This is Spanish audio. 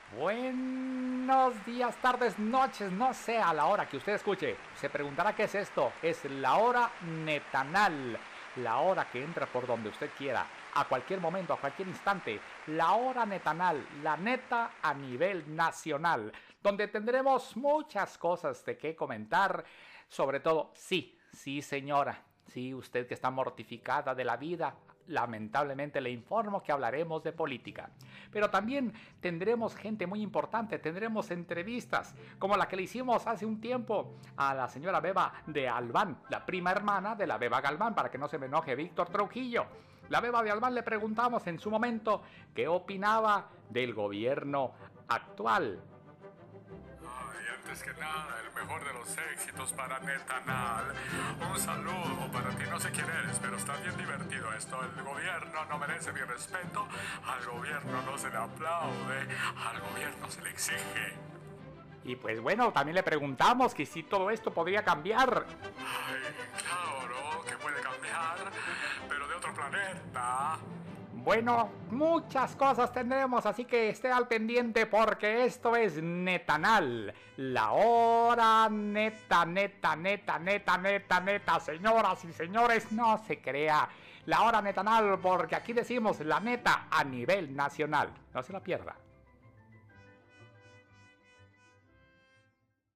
Buenos días, tardes, noches, no sé a la hora que usted escuche. Se preguntará qué es esto. Es la hora netanal. La hora que entra por donde usted quiera, a cualquier momento, a cualquier instante. La hora netanal, la neta a nivel nacional, donde tendremos muchas cosas de qué comentar. Sobre todo, sí señora, sí usted que está mortificada de la vida. Lamentablemente le informo que hablaremos de política. Pero también tendremos gente muy importante, tendremos entrevistas, como la que le hicimos hace un tiempo a la señora Beba de Albán, la prima hermana de la Beba Galván, para que no se me enoje Víctor Trujillo. La Beba de Albán le preguntamos en su momento qué opinaba del gobierno actual. Ay, antes que nada, el mejor de los éxitos para Netanal. Un saludo para ti, no sé quién eres, pero está bien divertido esto. El gobierno no merece mi respeto, al gobierno no se le aplaude, al gobierno se le exige. Y pues bueno, también le preguntamos que si todo esto podría cambiar. Ay, claro que puede cambiar, pero de otro planeta. Bueno, muchas cosas tendremos, así que esté al pendiente porque esto es Netanal. La hora neta, señoras y señores, no se crea. La hora Netanal porque aquí decimos la neta a nivel nacional. No se la pierda.